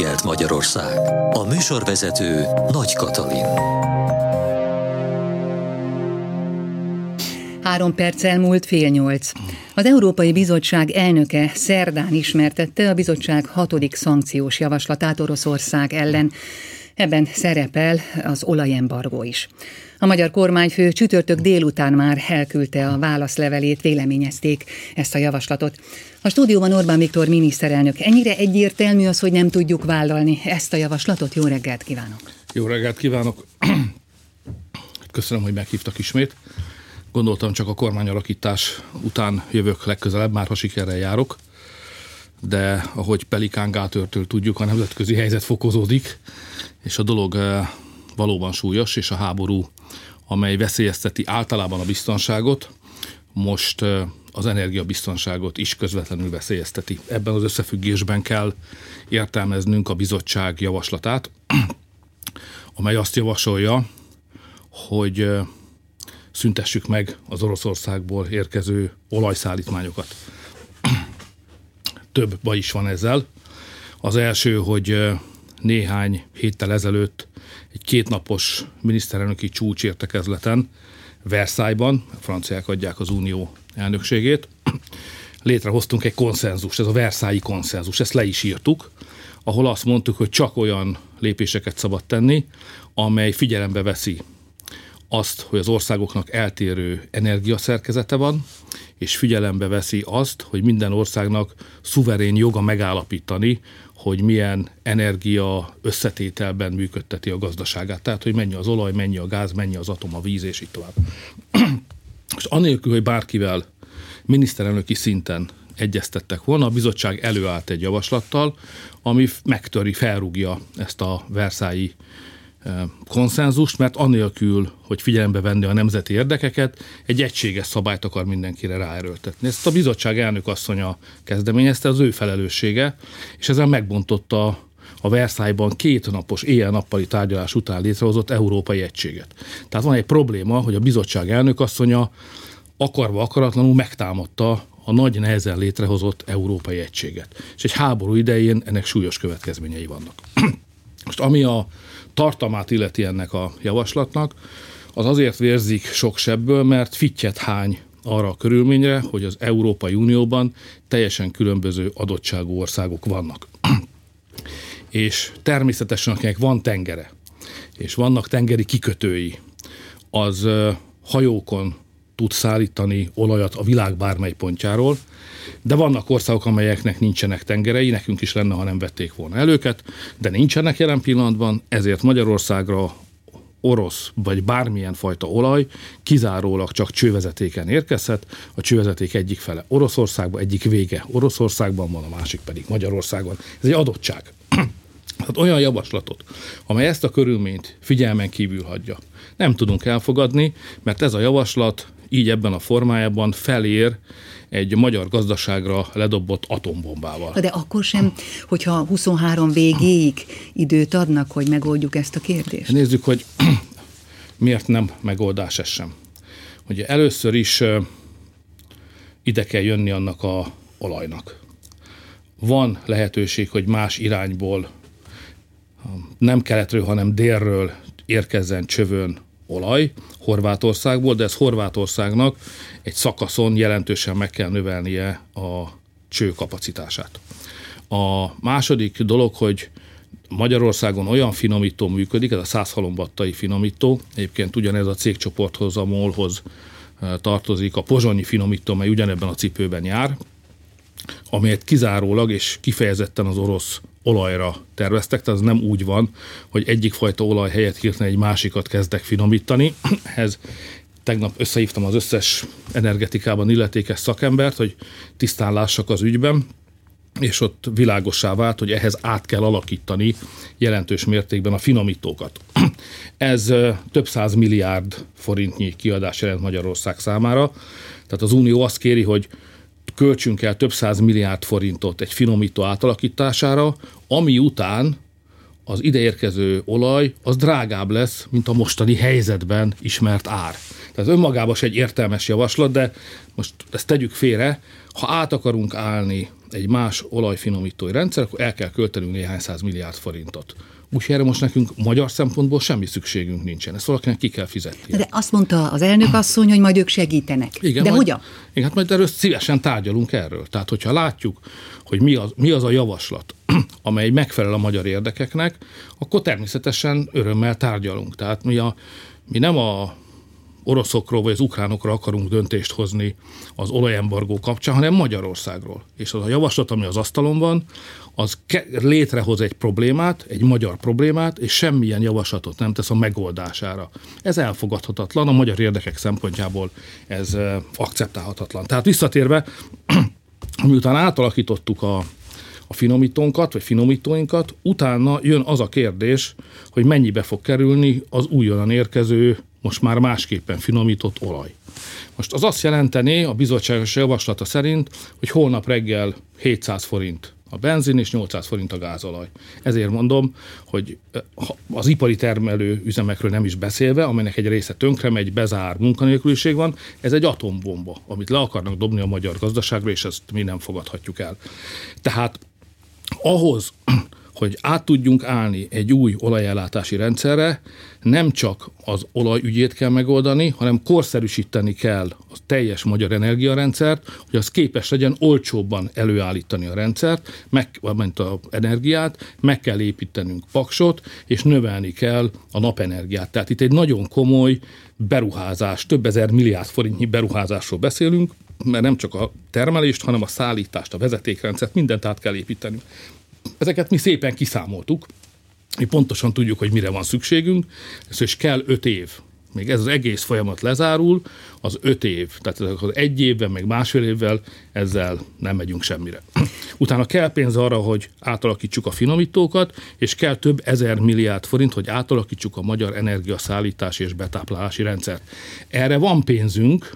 reggelt Magyarország. A műsorvezető Nagy Katalin. 3 perc elmúlt 7:30. Az Európai Bizottság elnöke szerdán ismertette a bizottság 6. szankciós javaslatát Oroszország ellen. Ebben szerepel az olajembargó is. A magyar kormányfő csütörtök délután már elküldte a válaszlevelét, véleményezték ezt a javaslatot. A stúdióban Orbán Viktor miniszterelnök. Ennyire egyértelmű az, hogy nem tudjuk vállalni ezt a javaslatot? Jó reggelt kívánok! Jó reggelt kívánok! Köszönöm, hogy meghívtak ismét. Gondoltam, csak a kormányalakítás után jövök legközelebb, már ha sikerrel járok. De ahogy Pelikán Gátőrtől tudjuk, a nemzetközi helyzet fokozódik, és a dolog valóban súlyos, és a háború, amely veszélyezteti általában a biztonságot, most az energiabiztonságot is közvetlenül veszélyezteti. Ebben az összefüggésben kell értelmeznünk a bizottság javaslatát, amely azt javasolja, hogy szüntessük meg az Oroszországból érkező olajszállítmányokat. Több baj is van ezzel. Az első, hogy néhány héttel ezelőtt egy 2 napos miniszterelnöki csúcsértekezleten Versailles-ban, a franciák adják az unió elnökségét, létrehoztunk egy konszenzust, ez a Versailles konszenzus, ezt le is írtuk, ahol azt mondtuk, hogy csak olyan lépéseket szabad tenni, amely figyelembe veszi azt, hogy az országoknak eltérő energiaszerkezete van, és figyelembe veszi azt, hogy minden országnak szuverén joga megállapítani, hogy milyen energia összetételben működteti a gazdaságát. Tehát, hogy mennyi az olaj, mennyi a gáz, mennyi az atom, a víz, és így tovább. És anélkül, hogy bárkivel miniszterelnöki szinten egyeztettek volna, a bizottság előállt egy javaslattal, ami megtöri, felrúgja ezt a Versailles konszenzust, mert anélkül, hogy figyelembe venni a nemzeti érdekeket, egy egységes szabályt akar mindenkire ráerőltetni. Ezt a bizottság elnökasszonya kezdeményezte, az ő felelőssége, és ezzel megbontotta a Versailles-ban 2 napos éjjel-nappali tárgyalás után létrehozott európai egységet. Tehát van egy probléma, hogy a bizottság elnökasszonya akarva akaratlanul megtámadta a nagy nehezen létrehozott európai egységet. És egy háború idején ennek súlyos következményei vannak. Most ami a tartalmát illeti ennek a javaslatnak, az azért vérzik sok sebből, mert fittyet hány arra a körülményre, hogy az Európai Unióban teljesen különböző adottságú országok vannak. És természetesen, akinek van tengere, és vannak tengeri kikötői, az hajókon tud szállítani olajat a világ bármely pontjáról, de vannak országok, amelyeknek nincsenek tengerei, nekünk is lenne, ha nem vették volna el őket, de nincsenek jelen pillanatban, ezért Magyarországra orosz vagy bármilyen fajta olaj kizárólag csak csővezetéken érkezhet, a csővezeték egyik fele Oroszországban, egyik vége Oroszországban van, a másik pedig Magyarországon. Ez egy adottság. Tehát olyan javaslatot, amely ezt a körülményt figyelmen kívül hagyja, nem tudunk elfogadni, mert ez a javaslat így ebben a formájában felér egy magyar gazdaságra ledobott atombombával. De akkor sem, hogyha 23 végéig időt adnak, hogy megoldjuk ezt a kérdést? Nézzük, hogy miért nem megoldás ez sem. Ugye először is ide kell jönni annak a olajnak. Van lehetőség, hogy más irányból, nem keletről, hanem délről érkezzen csövön olaj Horvátországból, de ez Horvátországnak egy szakaszon jelentősen meg kell növelnie a cső kapacitását. A második dolog, hogy Magyarországon olyan finomító működik, ez a Százhalombattai finomító, egyébként ugyanez a cégcsoporthoz, a MOL-hoz tartozik a pozsonyi finomító, mely ugyanebben a cipőben jár, amelyet kizárólag és kifejezetten az orosz olajra terveztek, tehát az nem úgy van, hogy egyik fajta olaj helyett hirtelen egy másikat kezdek finomítani. Ehhez tegnap összehívtam az összes energetikában illetékes szakembert, hogy tisztán lássak az ügyben, és ott világossá vált, hogy ehhez át kell alakítani jelentős mértékben a finomítókat. Ez több 100 milliárd forintnyi kiadás jelent Magyarország számára. Tehát az Unió azt kéri, hogy költsünk el több 100 milliárd forintot egy finomító átalakítására, ami után az ideérkező olaj az drágább lesz, mint a mostani helyzetben ismert ár. Tehát önmagában egy értelmes javaslat, de most ezt tegyük félre, ha át akarunk állni egy más olajfinomítói rendszer, akkor el kell költenünk néhány 100 milliárd forintot. Úgyhogy erre most nekünk magyar szempontból semmi szükségünk nincsen. Ezt valakinek ki kell fizetni. De azt mondta az elnök asszony, hogy majd ők segítenek. Igen, de hogyan? Igen, hát majd erről szívesen tárgyalunk erről. Tehát, hogyha látjuk, hogy mi az a javaslat, amely megfelel a magyar érdekeknek, akkor természetesen örömmel tárgyalunk. Tehát mi nem a oroszokról vagy az ukránokra akarunk döntést hozni az olajembargó kapcsán, hanem Magyarországról. És az a javaslat, ami az asztalon van, az létrehoz egy problémát, egy magyar problémát, és semmilyen javaslatot nem tesz a megoldására. Ez elfogadhatatlan, a magyar érdekek szempontjából ez akceptálhatatlan. Tehát visszatérve, miután átalakítottuk a finomítónkat, vagy finomítóinkat, utána jön az a kérdés, hogy mennyibe fog kerülni az újonnan érkező, most már másképpen finomított olaj. Most az azt jelenteni a bizottságos javaslata szerint, hogy holnap reggel 700 forint a benzin és 800 forint a gázolaj. Ezért mondom, hogy az ipari termelő üzemekről nem is beszélve, amelynek egy része tönkre megy, bezár, munkanélküliség van, ez egy atombomba, amit le akarnak dobni a magyar gazdaságra, és ezt mi nem fogadhatjuk el. Tehát ahhoz, hogy át tudjunk állni egy új olajellátási rendszerre, nem csak az olajügyét kell megoldani, hanem korszerűsíteni kell a teljes magyar energiarendszert, hogy az képes legyen olcsóbban előállítani a rendszert, mint az energiát, meg kell építenünk paksot, és növelni kell a napenergiát. Tehát itt egy nagyon komoly beruházás, több ezer milliárd forintnyi beruházásról beszélünk, mert nem csak a termelést, hanem a szállítást, a vezetékrendszert, mindent át kell építeni. Ezeket mi szépen kiszámoltuk, mi pontosan tudjuk, hogy mire van szükségünk, és kell 5 év. Még ez az egész folyamat lezárul, az 5 év. Tehát az 1 évben, meg másfél évvel ezzel nem megyünk semmire. Utána kell pénz arra, hogy átalakítsuk a finomítókat, és kell több ezer milliárd forint, hogy átalakítsuk a magyar energiaszállítási és betáplálási rendszert. Erre van pénzünk,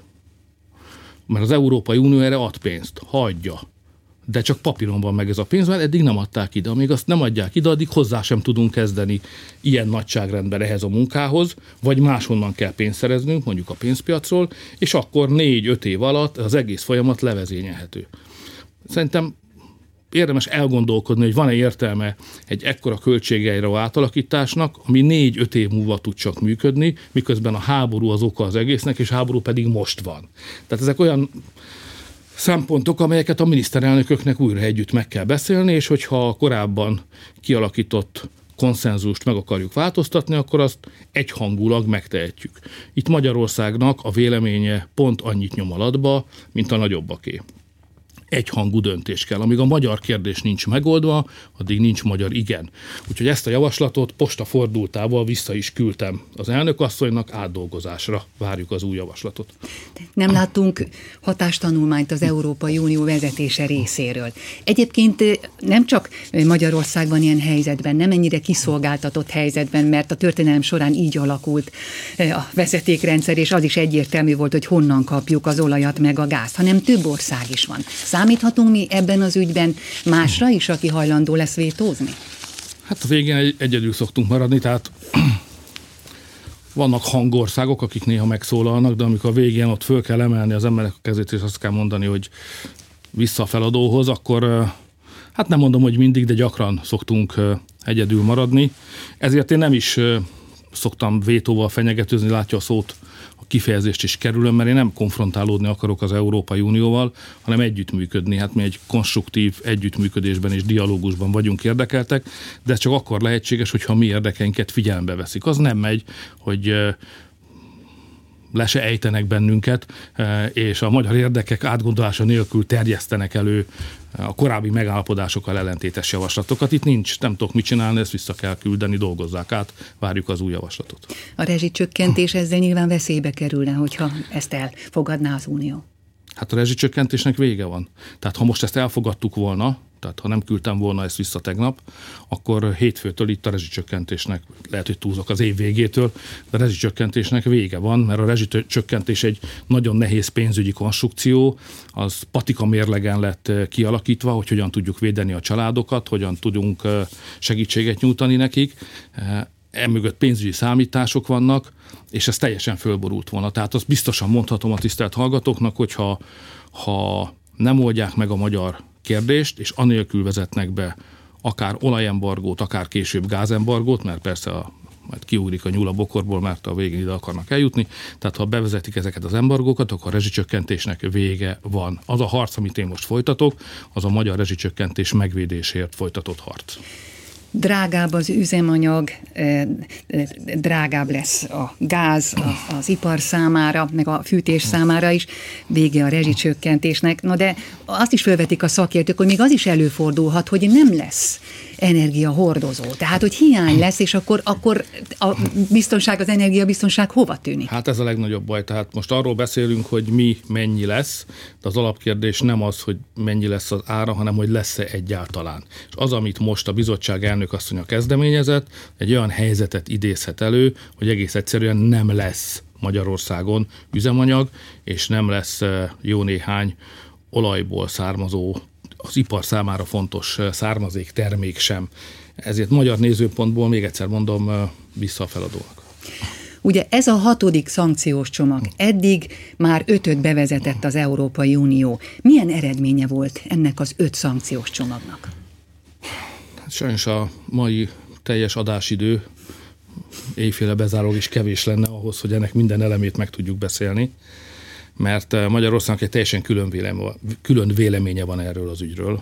mert az Európai Unió erre ad pénzt, hagyja. De csak papíron van meg ez a pénz, mert eddig nem adták ide. Amíg azt nem adják ide, addig hozzá sem tudunk kezdeni ilyen nagyságrendben ehhez a munkához, vagy máshonnan kell pénzt szereznünk, mondjuk a pénzpiacról, és akkor 4-5 év alatt az egész folyamat levezényelhető. Szerintem érdemes elgondolkodni, hogy van-e értelme egy ekkora költségeire átalakításnak, ami 4-5 év múlva tud csak működni, miközben a háború az oka az egésznek, és háború pedig most van. Tehát ezek olyan szempontok, amelyeket a miniszterelnököknek újra együtt meg kell beszélni, és hogyha a korábban kialakított konszenzust meg akarjuk változtatni, akkor azt egyhangulag megtehetjük. Itt Magyarországnak a véleménye pont annyit nyom alatba, mint a nagyobbaké. Egyhangú döntés kell. Amíg a magyar kérdés nincs megoldva, addig nincs magyar igen. Úgyhogy ezt a javaslatot postafordultával vissza is küldtem az elnökasszonynak, átdolgozásra várjuk az új javaslatot. Nem láttunk hatástanulmányt az Európai Unió vezetése részéről. Egyébként nem csak Magyarország van ilyen helyzetben, nem ennyire kiszolgáltatott helyzetben, mert a történelem során így alakult a vezetékrendszer, és az is egyértelmű volt, hogy honnan kapjuk az olajat meg a gázt, hanem több ország is van. Számíthatunk mi ebben az ügyben másra is, aki hajlandó lesz vétózni? Hát a végén egyedül szoktunk maradni, tehát vannak hangországok, akik néha megszólalnak, de amikor a végén ott föl kell emelni az emberek a kezét, és azt kell mondani, hogy vissza a feladóhoz, akkor hát nem mondom, hogy mindig, de gyakran szoktunk egyedül maradni. Ezért én nem is szoktam vétóval fenyegetőzni, látja a szót, a kifejezést is kerülöm, mert én nem konfrontálódni akarok az Európai Unióval, hanem együttműködni. Hát mi egy konstruktív együttműködésben és dialógusban vagyunk érdekeltek, de ez csak akkor lehetséges, hogyha mi érdekeinket figyelembe veszik. Az nem megy, hogy le se ejtenek bennünket, és a magyar érdekek átgondolása nélkül terjesztenek elő a korábbi megállapodásokkal ellentétes javaslatokat. Itt nincs, nem tudok mit csinálni, ezt vissza kell küldeni, dolgozzák át, várjuk az új javaslatot. A rezsicsökkentés ezzel nyilván veszélybe kerülne, hogyha ezt elfogadná az Unió. Hát a rezsicsökkentésnek vége van. Tehát ha most ezt elfogadtuk volna, Tehát ha nem küldtem volna ezt vissza tegnap, akkor hétfőtől itt a rezsicsökkentésnek, lehet, hogy túlzok az év végétől, de a rezsicsökkentésnek vége van, mert a rezsicsökkentés egy nagyon nehéz pénzügyi konstrukció, az patika mérlegen lett kialakítva, hogy hogyan tudjuk védeni a családokat, hogyan tudunk segítséget nyújtani nekik. Emögött pénzügyi számítások vannak, és ez teljesen fölborult volna. Tehát azt biztosan mondhatom a tisztelt hallgatóknak, hogy ha nem oldják meg a magyar kérdést, és anélkül vezetnek be akár olajembargót, akár később gázembargót, mert persze majd kiugrik a nyúl a bokorból, mert a végén ide akarnak eljutni. Tehát ha bevezetik ezeket az embargókat, akkor a rezsicsökkentésnek vége van. Az a harc, amit én most folytatok, az a magyar rezsicsökkentés megvédésért folytatott harc. Drágább az üzemanyag, drágább lesz a gáz az ipar számára, meg a fűtés számára is, vége a rezsicsökkentésnek. Na de azt is felvetik a szakértők, hogy még az is előfordulhat, hogy nem lesz energiahordozó. Tehát, hogy hiány lesz, és akkor a biztonság, az energiabiztonság hova tűnik? Hát ez a legnagyobb baj. Tehát most arról beszélünk, hogy mi mennyi lesz, de az alapkérdés nem az, hogy mennyi lesz az ára, hanem hogy lesz-e egyáltalán. És az, amit most a bizottság elnökasszonya kezdeményezett, egy olyan helyzetet idézhet elő, hogy egész egyszerűen nem lesz Magyarországon üzemanyag, és nem lesz jó néhány olajból származó, az ipar számára fontos származék termék sem. Ezért magyar nézőpontból még egyszer mondom, vissza a feladónak. Ugye ez a 6. szankciós csomag. Eddig már 5-öt bevezetett az Európai Unió. Milyen eredménye volt ennek az 5 szankciós csomagnak? Sajnos a mai teljes adásidő éjféle bezárólag is kevés lenne ahhoz, hogy ennek minden elemét meg tudjuk beszélni, mert Magyarországnak egy teljesen külön véleménye van erről az ügyről.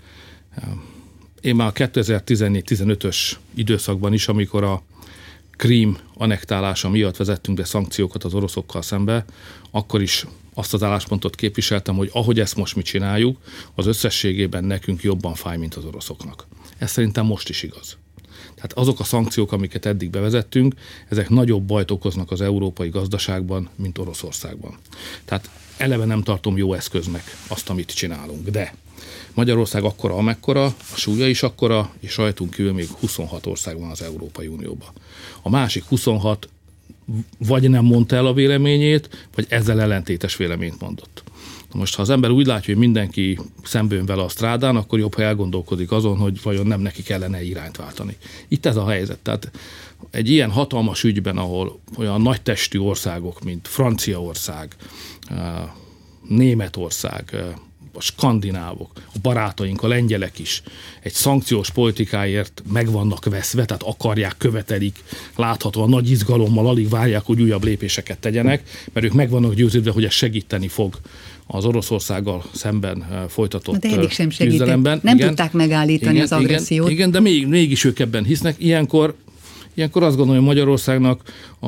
Én már a 2014-15-ös időszakban is, amikor a Krím annektálása miatt vezettünk be szankciókat az oroszokkal szembe, akkor is azt az álláspontot képviseltem, hogy ahogy ezt most mi csináljuk, az összességében nekünk jobban fáj, mint az oroszoknak. Ez szerintem most is igaz. Tehát azok a szankciók, amiket eddig bevezettünk, ezek nagyobb bajt okoznak az európai gazdaságban, mint Oroszországban. Tehát eleve nem tartom jó eszköznek azt, amit csinálunk. De Magyarország akkora, amekkora, a súlya is akkora, és rajtunk kívül még 26 ország van az Európai Unióban. A másik 26 vagy nem mondta el a véleményét, vagy ezzel ellentétes véleményt mondott. Most, ha az ember úgy látja, hogy mindenki szemből vele a strádán, akkor jobb, ha elgondolkodik azon, hogy vajon nem neki kellene irányt váltani. Itt ez a helyzet. Tehát egy ilyen hatalmas ügyben, ahol olyan nagy testű országok, mint Franciaország, Németország, a skandinávok, a barátaink, a lengyelek is egy szankciós politikáért meg vannak veszve, tehát akarják, követelik, láthatóan nagy izgalommal alig várják, hogy újabb lépéseket tegyenek, mert ők meg vannak győződve, hogy ez segíteni fog az Oroszországgal szemben folytatott küzdelemben. Nem tudták megállítani az agressziót. Igen, de mégis ők ebben hisznek. Ilyenkor azt gondolom, hogy Magyarországnak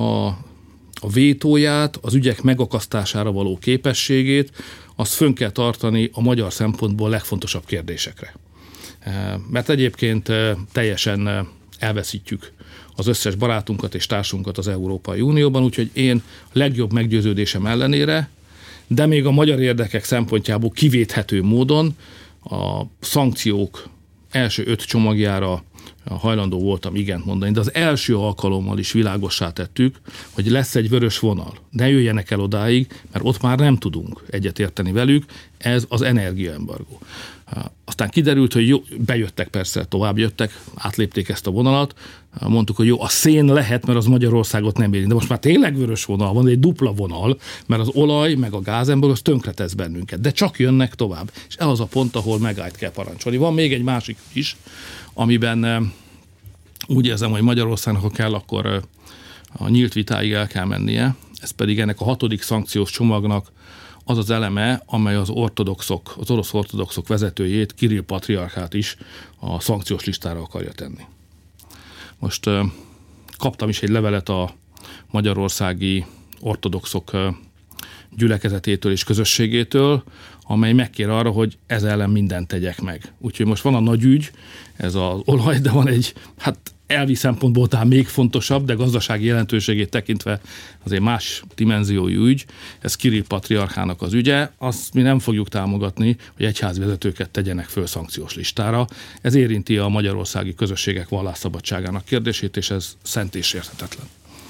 a vétóját, az ügyek megakasztására való képességét, azt fönn kell tartani a magyar szempontból legfontosabb kérdésekre. Mert egyébként teljesen elveszítjük az összes barátunkat és társunkat az Európai Unióban, úgyhogy én legjobb meggyőződésem ellenére, de még a magyar érdekek szempontjából kivéthető módon a szankciók első 5 csomagjára hajlandó voltam igent mondani, de az első alkalommal is világossá tettük, hogy lesz egy vörös vonal. Ne jöjjenek el odáig, mert ott már nem tudunk egyetérteni velük, ez az energiaembargó. Aztán kiderült, hogy jó, bejöttek persze, tovább jöttek, átlépték ezt a vonalat, mondtuk, hogy jó, a szén lehet, mert az Magyarországot nem éri, de most már tényleg vörös vonal van, egy dupla vonal, mert az olaj meg a gázembargó az tönkretesz bennünket, de csak jönnek tovább. És ez az a pont, ahol megállt kell parancsolni. Van még egy másik is, amiben úgy érzem, hogy Magyarországnak, ha kell, akkor a nyílt vitáig el kell mennie, ez pedig ennek a 6. szankciós csomagnak az az eleme, amely az orosz ortodoxok vezetőjét, Kirill patriarchát is a szankciós listára akarja tenni. Most kaptam is egy levelet a magyarországi ortodoxok gyülekezetétől és közösségétől, amely megkér arra, hogy ez ellen mindent tegyek meg. Úgyhogy most van a nagy ügy, ez az olaj, de van egy, elvi szempontból talán még fontosabb, de gazdasági jelentőségét tekintve azért más dimenziójú ügy, ez Kirill patriarchának az ügye, azt mi nem fogjuk támogatni, hogy egyházvezetőket tegyenek föl szankciós listára. Ez érinti a magyarországi közösségek vallásszabadságának kérdését, és ez szent és érthetetlen.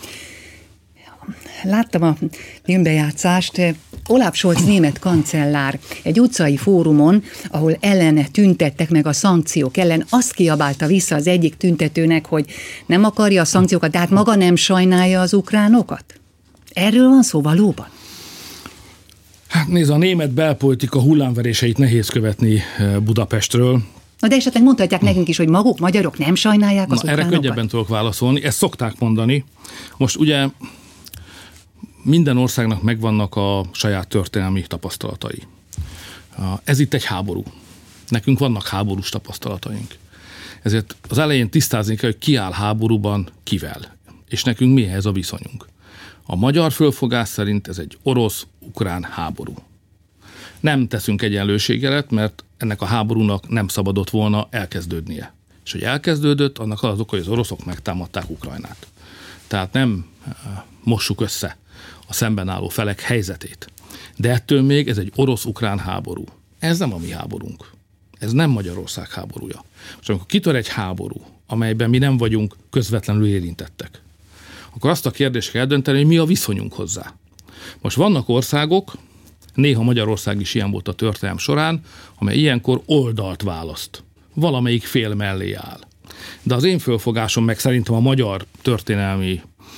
Láttam a filmbejátszást, Olaf Scholz német kancellár egy utcai fórumon, ahol ellene tüntettek meg a szankciók ellen, azt kiabálta vissza az egyik tüntetőnek, hogy nem akarja a szankciókat, de hát maga nem sajnálja az ukránokat? Erről van szó valóban? Hát nézd, a német belpolitika hullámveréseit nehéz követni Budapestről. Na de esetleg mondhatják nekünk is, hogy maguk, magyarok nem sajnálják az ukránokat? Erre könnyebben tudok válaszolni, ezt szokták mondani. Most ugye minden országnak megvannak a saját történelmi tapasztalatai. Ez itt egy háború. Nekünk vannak háborús tapasztalataink. Ezért az elején tisztázni kell, hogy ki áll háborúban kivel. És nekünk mi ehhez a viszonyunk. A magyar fölfogás szerint ez egy orosz-ukrán háború. Nem teszünk egyenlőségjelet, mert ennek a háborúnak nem szabadott volna elkezdődnie. És hogy elkezdődött, annak az oka, hogy az oroszok megtámadták Ukrajnát. Tehát nem mossuk össze a szemben álló felek helyzetét. De ettől még ez egy orosz-ukrán háború. Ez nem a mi háborunk. Ez nem Magyarország háborúja. És amikor kitör egy háború, amelyben mi nem vagyunk közvetlenül érintettek, akkor azt a kérdést kell eldönteni, hogy mi a viszonyunk hozzá. Most vannak országok, néha Magyarország is ilyen volt a történelem során, amely ilyenkor oldalt választ. Valamelyik fél mellé áll. De az én fölfogásom, meg szerintem a magyar történelmi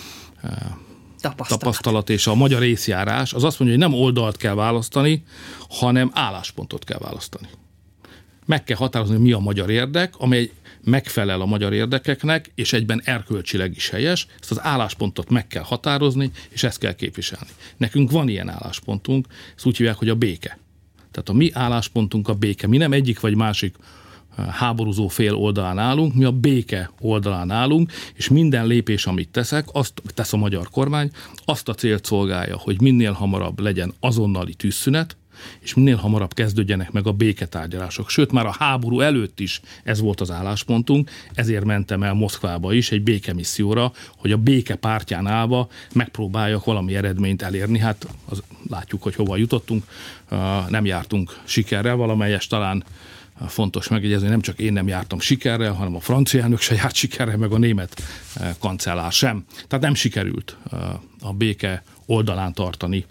tapasztalat és a magyar észjárás az azt mondja, hogy nem oldalt kell választani, hanem álláspontot kell választani. Meg kell határozni, mi a magyar érdek, amely megfelel a magyar érdekeknek, és egyben erkölcsileg is helyes. Ezt az álláspontot meg kell határozni, és ezt kell képviselni. Nekünk van ilyen álláspontunk, ezt úgy hívják, hogy a béke. Tehát a mi álláspontunk a béke. Mi nem egyik vagy másik háborúzó fél oldalán állunk, mi a béke oldalán állunk, és minden lépés, amit azt tesz a magyar kormány, azt a célt szolgálja, hogy minél hamarabb legyen azonnali tűzszünet, és minél hamarabb kezdődjenek meg a béketárgyalások. Sőt, már a háború előtt is ez volt az álláspontunk, ezért mentem el Moszkvába is egy békemisszióra, hogy a béke pártján állva megpróbáljak valami eredményt elérni. Hát látjuk, hogy hova jutottunk, nem jártunk sikerrel, valamelyes talán fontos megjegyezni, nem csak én nem jártam sikerrel, hanem a francia elnök se járt sikerrel, meg a német kancellár sem. Tehát nem sikerült a béke oldalán tartani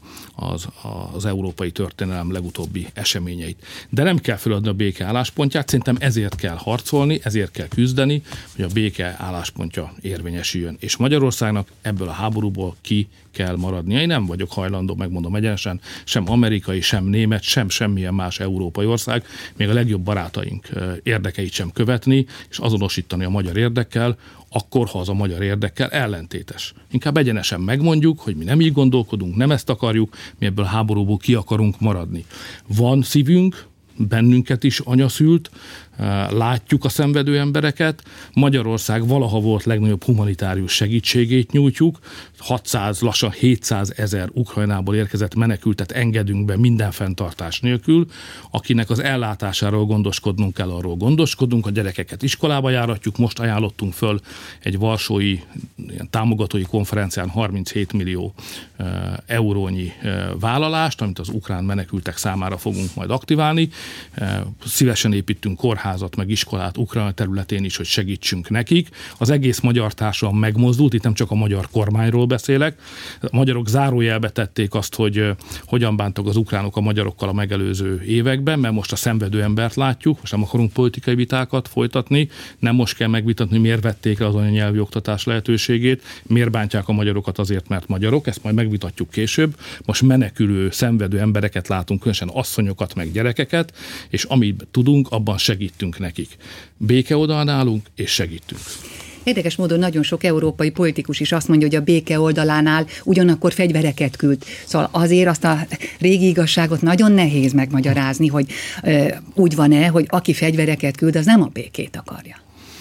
az európai történelem legutóbbi eseményeit. De nem kell feladni a béke álláspontját, szerintem ezért kell harcolni, ezért kell küzdeni, hogy a béke álláspontja érvényesüljön. És Magyarországnak ebből a háborúból ki kell maradnia. Én nem vagyok hajlandó, megmondom egyenesen, sem amerikai, sem német, sem semmilyen más európai ország, még a legjobb barátaink érdekeit sem követni, és azonosítani a magyar érdekkel, akkor, ha az a magyar érdekkel ellentétes. Inkább egyenesen megmondjuk, hogy mi nem így gondolkodunk, nem ezt akarjuk, mi ebből a háborúból ki akarunk maradni. Van szívünk, bennünket is anya szült, látjuk a szenvedő embereket, Magyarország valaha volt legnagyobb humanitárius segítségét nyújtjuk, 600, lassan 700 000 Ukrajnából érkezett menekültet engedünk be minden fenntartás nélkül, akinek az ellátásáról gondoskodnunk kell, arról gondoskodunk, a gyerekeket iskolába járatjuk, most ajánlottunk föl egy varsói támogatói konferencián 37 millió eurónyi vállalást, amit az ukrán menekültek számára fogunk majd aktiválni. Szívesen építünk kórházat, meg iskolát Ukrajna területén is, hogy segítsünk nekik. Az egész magyar társadalom megmozdult, itt nem csak a magyar kormányról beszélek. A magyarok zárójelbe tették azt, hogy hogyan bántak az ukránok a magyarokkal a megelőző években, mert most a szenvedő embert látjuk, most nem akarunk politikai vitákat folytatni, nem most kell megvitatni, miért vették el az anyanyelvi oktatás lehetőségét, miért bántják a magyarokat azért, mert magyarok, ezt majd megvitatjuk később. Most menekülő, szenvedő embereket látunk, különösen asszonyokat, meg gyerekeket, és amit tudunk, abban segítünk nekik. Béke oldalán állunk, és segítünk. Érdekes módon nagyon sok európai politikus is azt mondja, hogy a béke oldalán áll, ugyanakkor fegyvereket küld. Szóval azért azt a régi igazságot nagyon nehéz megmagyarázni, hogy úgy van-e, hogy aki fegyvereket küld, az nem a békét akarja.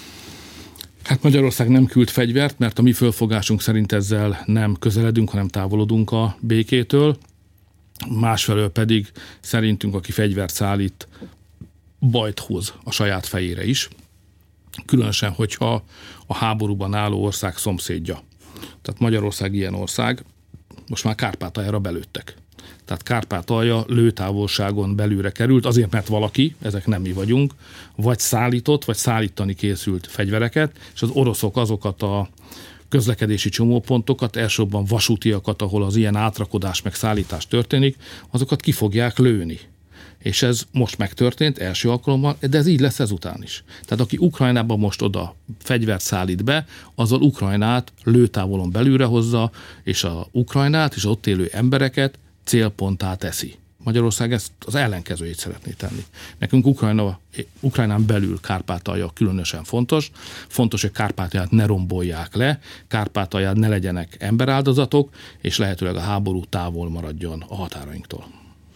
Hát Magyarország nem küld fegyvert, mert a mi fölfogásunk szerint ezzel nem közeledünk, hanem távolodunk a békétől. másfelől pedig szerintünk, aki fegyvert szállít, bajt hoz a saját fejére is. Különösen, hogyha a háborúban álló ország szomszédja. Tehát Magyarország ilyen ország, most már Kárpátaljára belőttek. Tehát Kárpátalja lőtávolságon belülre került, azért, mert valaki, ezek nem mi vagyunk, vagy szállított, vagy szállítani készült fegyvereket, és az oroszok azokat a közlekedési csomópontokat, elsősorban vasútiakat, ahol az ilyen átrakodás meg szállítás történik, azokat ki fogják lőni. És ez most megtörtént első alkalommal, de ez így lesz ezután is. Tehát aki Ukrajnába most oda fegyvert szállít be, azzal Ukrajnát lőtávolon belülre hozza, és a Ukrajnát és ott élő embereket célponttá teszi. Magyarország ezt az ellenkezőjét szeretné tenni. Nekünk Ukrajnán belül Kárpátalja különösen fontos. Fontos, hogy Kárpátalját ne rombolják le, Kárpátalján ne legyenek emberáldozatok, és lehetőleg a háború távol maradjon a határainktól.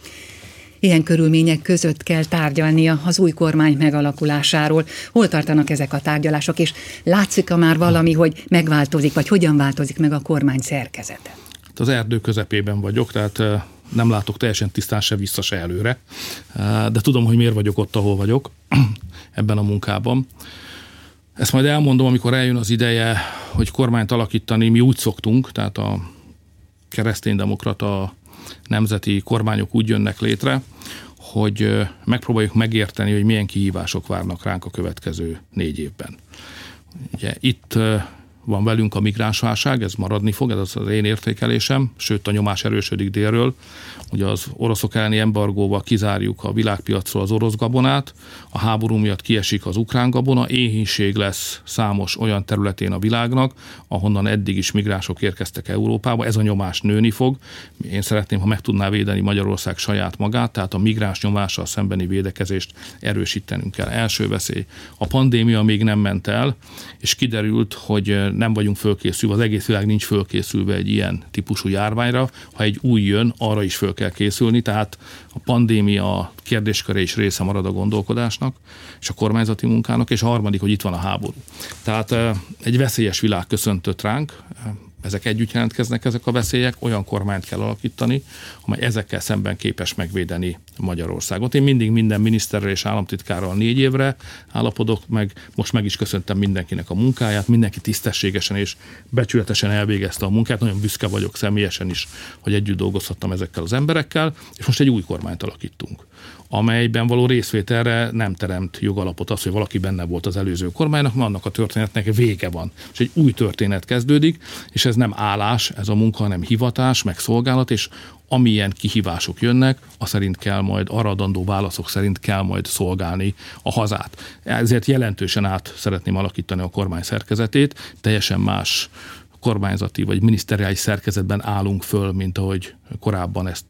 Ilyen körülmények között kell tárgyalnia az új kormány megalakulásáról. Hol tartanak ezek a tárgyalások, és látszik már valami, hogy megváltozik, vagy hogyan változik meg a kormány szerkezete? Az erdő közepében vagyok, tehát nem látok teljesen tisztán se vissza, se előre, de tudom, hogy miért vagyok ott, ahol vagyok ebben a munkában. Ezt majd elmondom, amikor eljön az ideje, hogy kormányt alakítani, mi úgy szoktunk, tehát a kereszténydemokrata nemzeti kormányok úgy jönnek létre, hogy megpróbáljuk megérteni, hogy milyen kihívások várnak ránk a következő 4 évben. Ugye itt van velünk a migránsválság, ez maradni fog, ez az én értékelésem, sőt a nyomás erősödik délről. Ugye az oroszok elleni embargóval kizárjuk a világpiacról az orosz gabonát, a háború miatt kiesik az ukrán gabona, éhínség lesz számos olyan területén a világnak, ahonnan eddig is migránsok érkeztek Európába, ez a nyomás nőni fog. Én szeretném, ha meg tudná védeni Magyarország saját magát, tehát a migráns nyomással szembeni védekezést erősítenünk kell. Első veszély. A pandémia még nem ment el, és kiderült, hogy nem vagyunk fölkészülve, az egész világ nincs fölkészülve egy ilyen típusú járványra. Ha egy új jön, arra is föl kell készülni, tehát a pandémia kérdésköre is része marad a gondolkodásnak, és a kormányzati munkának, és a harmadik, hogy itt van a háború. Tehát egy veszélyes világ köszöntött ránk, ezek együtt jelentkeznek, ezek a veszélyek, olyan kormányt kell alakítani, amely ezekkel szemben képes megvédeni Magyarországot. Én mindig minden miniszterrel és államtitkárral 4 évre állapodok meg, most meg is köszöntem mindenkinek a munkáját, mindenki tisztességesen és becsületesen elvégezte a munkát, nagyon büszke vagyok személyesen is, hogy együtt dolgozhattam ezekkel az emberekkel, és most egy új kormányt alakítunk, amelyben való részvételre nem teremt jogalapot az, hogy valaki benne volt az előző kormánynak, mert annak a történetnek vége van. És egy új történet kezdődik, és ez nem állás, ez a munka, hanem hivatás, meg szolgálat, és amilyen kihívások jönnek, az szerint kell majd, arra adandó válaszok szerint kell majd szolgálni a hazát. Ezért jelentősen át szeretném alakítani a kormány szerkezetét, teljesen más kormányzati vagy miniszteriális szerkezetben állunk föl, mint ahogy korábban ezt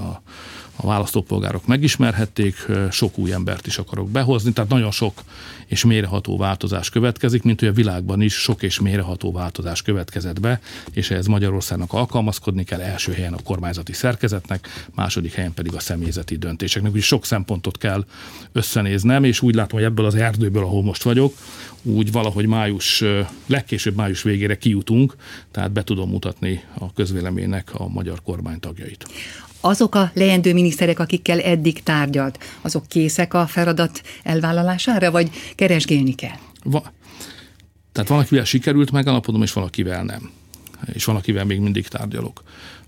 a választópolgárok megismerhették, sok új embert is akarok behozni, tehát nagyon sok és mélyreható változás következik, mint hogy a világban is sok és mélyreható változás következett be, és ehhez Magyarországnak alkalmazkodni kell, első helyen a kormányzati szerkezetnek, második helyen pedig a személyzeti döntéseknek, úgyhogy sok szempontot kell összenéznem, és úgy látom, hogy ebből az erdőből, ahol most vagyok, úgy valahogy legkésőbb május végére kijutunk, tehát be tudom mutatni a közvéleménynek a magyar kormány tagjait. Azok a leendő miniszterek, akikkel eddig tárgyalt, azok készek a feladat elvállalására, vagy keresgélni kell? Tehát valakivel sikerült megállapodnom, és valakivel nem. És valakivel még mindig tárgyalok.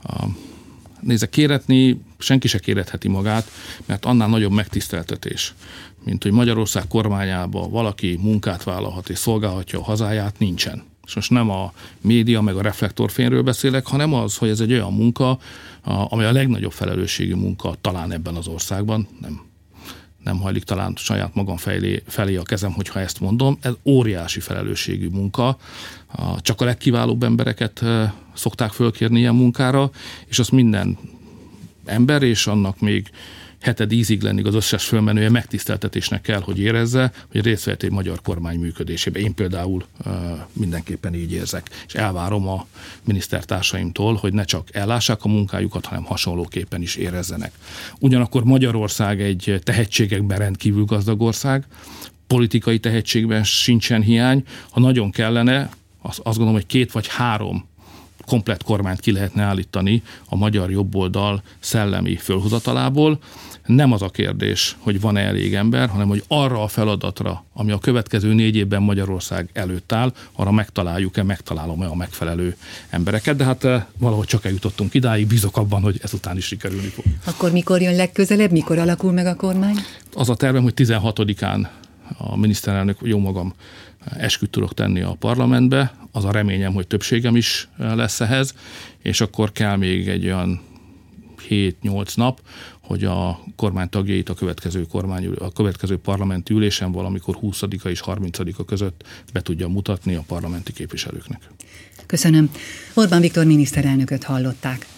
Nézze, kéretni senki se kéretheti magát, mert annál nagyobb megtiszteltetés, mint hogy Magyarország kormányába valaki munkát vállalhat és szolgálhatja a hazáját, nincsen. És most nem a média meg a reflektorfényről beszélek, hanem az, hogy ez egy olyan munka, amely a legnagyobb felelősségű munka talán ebben az országban. Nem hajlik talán saját magam felé a kezem, hogyha ezt mondom. Ez óriási felelősségű munka. Csak a legkiválóbb embereket szokták fölkérni ilyen munkára, és azt minden ember, és annak még heted ízig lenni az összes fölmenője megtiszteltetésnek kell, hogy érezze, hogy részt vett egy magyar kormány működésébe. Én például mindenképpen így érzek, és elvárom a minisztertársaimtól, hogy ne csak ellássák a munkájukat, hanem hasonlóképpen is érezzenek. Ugyanakkor Magyarország egy tehetségekben rendkívül gazdag ország, politikai tehetségben sincsen hiány. Ha nagyon kellene, azt gondolom, hogy 2 vagy 3 komplett kormányt ki lehetne állítani a magyar jobboldal szellemi fölhozatalából. Nem az a kérdés, hogy van-e elég ember, hanem hogy arra a feladatra, ami a következő 4 évben Magyarország előtt áll, arra megtalálom-e a megfelelő embereket, de hát valahogy csak eljutottunk idáig, bízok abban, hogy ezután is sikerülni fog. Akkor mikor jön legközelebb, mikor alakul meg a kormány? Az a tervem, hogy 16-án a miniszterelnök, jó magam, esküt tudok tenni a parlamentbe, az a reményem, hogy többségem is lesz ehhez, és akkor kell még egy olyan 7-8 nap, hogy a kormány tagjait a következő parlamenti ülésen valamikor 20-a és 30-a között be tudja mutatni a parlamenti képviselőknek. Köszönöm. Orbán Viktor miniszterelnököt hallották.